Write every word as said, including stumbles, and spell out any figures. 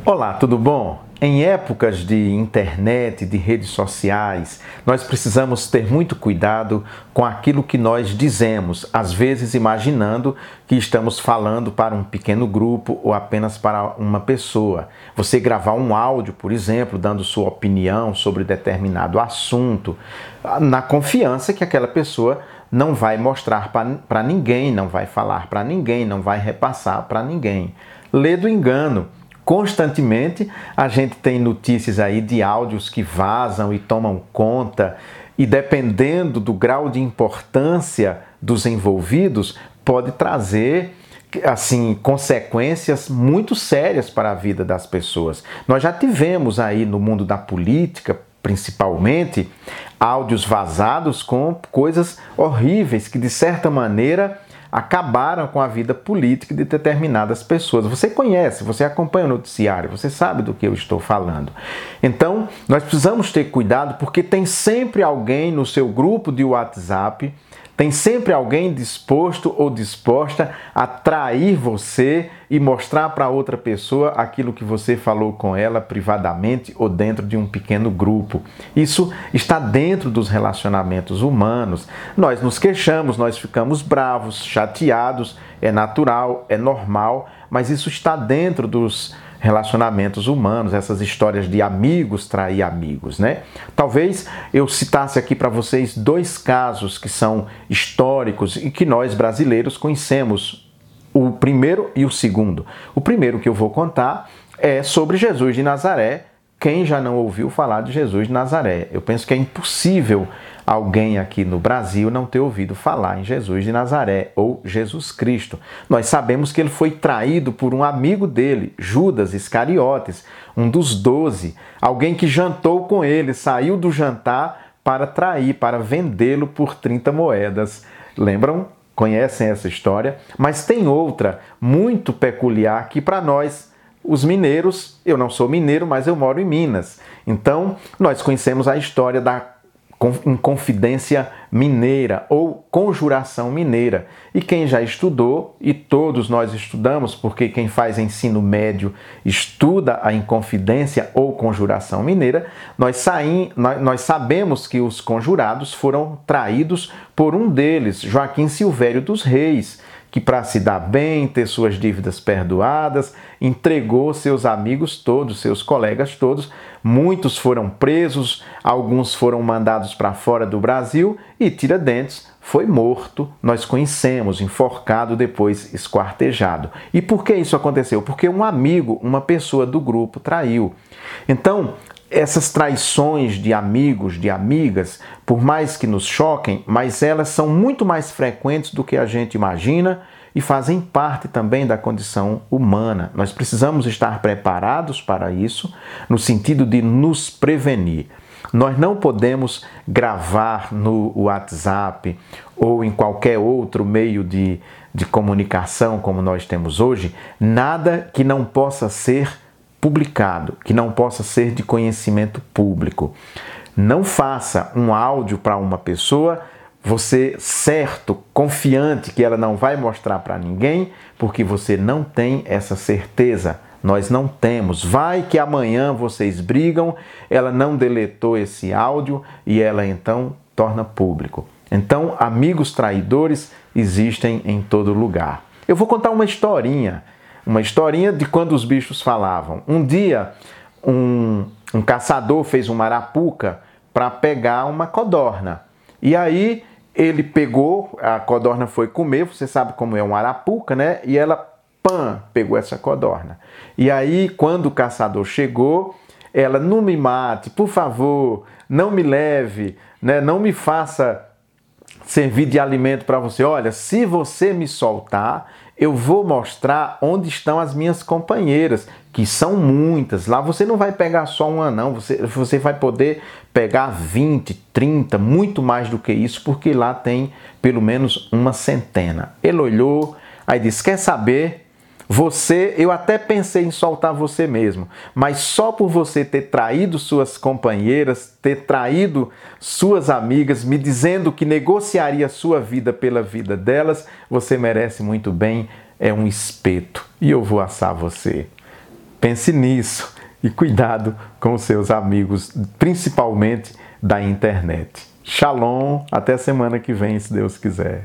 Olá, tudo bom? Em épocas de internet, de redes sociais, nós precisamos ter muito cuidado com aquilo que nós dizemos, às vezes imaginando que estamos falando para um pequeno grupo ou apenas para uma pessoa. Você gravar um áudio, por exemplo, dando sua opinião sobre determinado assunto, na confiança que aquela pessoa não vai mostrar para ninguém, não vai falar para ninguém, não vai repassar para ninguém. Lê do engano. Constantemente a gente tem notícias aí de áudios que vazam e tomam conta, e dependendo do grau de importância dos envolvidos, pode trazer assim consequências muito sérias para a vida das pessoas. Nós já tivemos aí no mundo da política, principalmente, áudios vazados com coisas horríveis que de certa maneira acabaram com a vida política de determinadas pessoas. Você conhece, você acompanha o noticiário, você sabe do que eu estou falando. Então, nós precisamos ter cuidado porque tem sempre alguém no seu grupo de WhatsApp, tem sempre alguém disposto ou disposta a trair você e mostrar para outra pessoa aquilo que você falou com ela privadamente ou dentro de um pequeno grupo. Isso está dentro dos relacionamentos humanos. Nós nos queixamos, nós ficamos bravos, chateados, é natural, é normal, mas isso está dentro dos relacionamentos humanos, essas histórias de amigos trair amigos, né? Talvez eu citasse aqui para vocês dois casos que são históricos e que nós brasileiros conhecemos, o primeiro e o segundo. O primeiro que eu vou contar é sobre Jesus de Nazaré. Quem já não ouviu falar de Jesus de Nazaré? Eu penso que é impossível alguém aqui no Brasil não ter ouvido falar em Jesus de Nazaré ou Jesus Cristo. Nós sabemos que ele foi traído por um amigo dele, Judas Iscariotes, um dos doze, alguém que jantou com ele, saiu do jantar para trair, para vendê-lo por trinta moedas. Lembram? Conhecem essa história? Mas tem outra muito peculiar que para nós, os mineiros, eu não sou mineiro, mas eu moro em Minas. Então, nós conhecemos a história da Inconfidência Mineira ou Conjuração Mineira. E quem já estudou, e todos nós estudamos, porque quem faz ensino médio estuda a Inconfidência ou Conjuração Mineira, nós, saim, nós, nós sabemos que os conjurados foram traídos por um deles, Joaquim Silvério dos Reis, que para se dar bem, ter suas dívidas perdoadas, entregou seus amigos todos, seus colegas todos. Muitos foram presos, alguns foram mandados para fora do Brasil e Tiradentes foi morto, nós conhecemos, enforcado, depois esquartejado. E por que isso aconteceu? Porque um amigo, uma pessoa do grupo traiu. Então, essas traições de amigos, de amigas, por mais que nos choquem, mas elas são muito mais frequentes do que a gente imagina e fazem parte também da condição humana. Nós precisamos estar preparados para isso, no sentido de nos prevenir. Nós não podemos gravar no WhatsApp ou em qualquer outro meio de, de comunicação como nós temos hoje, nada que não possa ser publicado, que não possa ser de conhecimento público. Não faça um áudio para uma pessoa, você certo, confiante que ela não vai mostrar para ninguém, porque você não tem essa certeza. Nós não temos. Vai que amanhã vocês brigam, ela não deletou esse áudio e ela então torna público. Então, amigos traidores existem em todo lugar. Eu vou contar uma historinha. Uma historinha de quando os bichos falavam. Um dia, um, um caçador fez uma arapuca para pegar uma codorna. E aí, ele pegou, a codorna foi comer, você sabe como é uma arapuca, né? E ela, pã, pegou essa codorna. E aí, quando o caçador chegou, ela, não me mate, por favor, não me leve, né? Não me faça servir de alimento para você. Olha, se você me soltar, eu vou mostrar onde estão as minhas companheiras, que são muitas. Lá você não vai pegar só uma, não. Você, você vai poder pegar vinte, trinta, muito mais do que isso, porque lá tem pelo menos uma centena. Ele olhou, aí disse, quer saber? Você, eu até pensei em soltar você mesmo, mas só por você ter traído suas companheiras, ter traído suas amigas, me dizendo que negociaria sua vida pela vida delas, você merece muito bem, é um espeto e eu vou assar você. Pense nisso e cuidado com os seus amigos, principalmente da internet. Shalom, até semana que vem, se Deus quiser.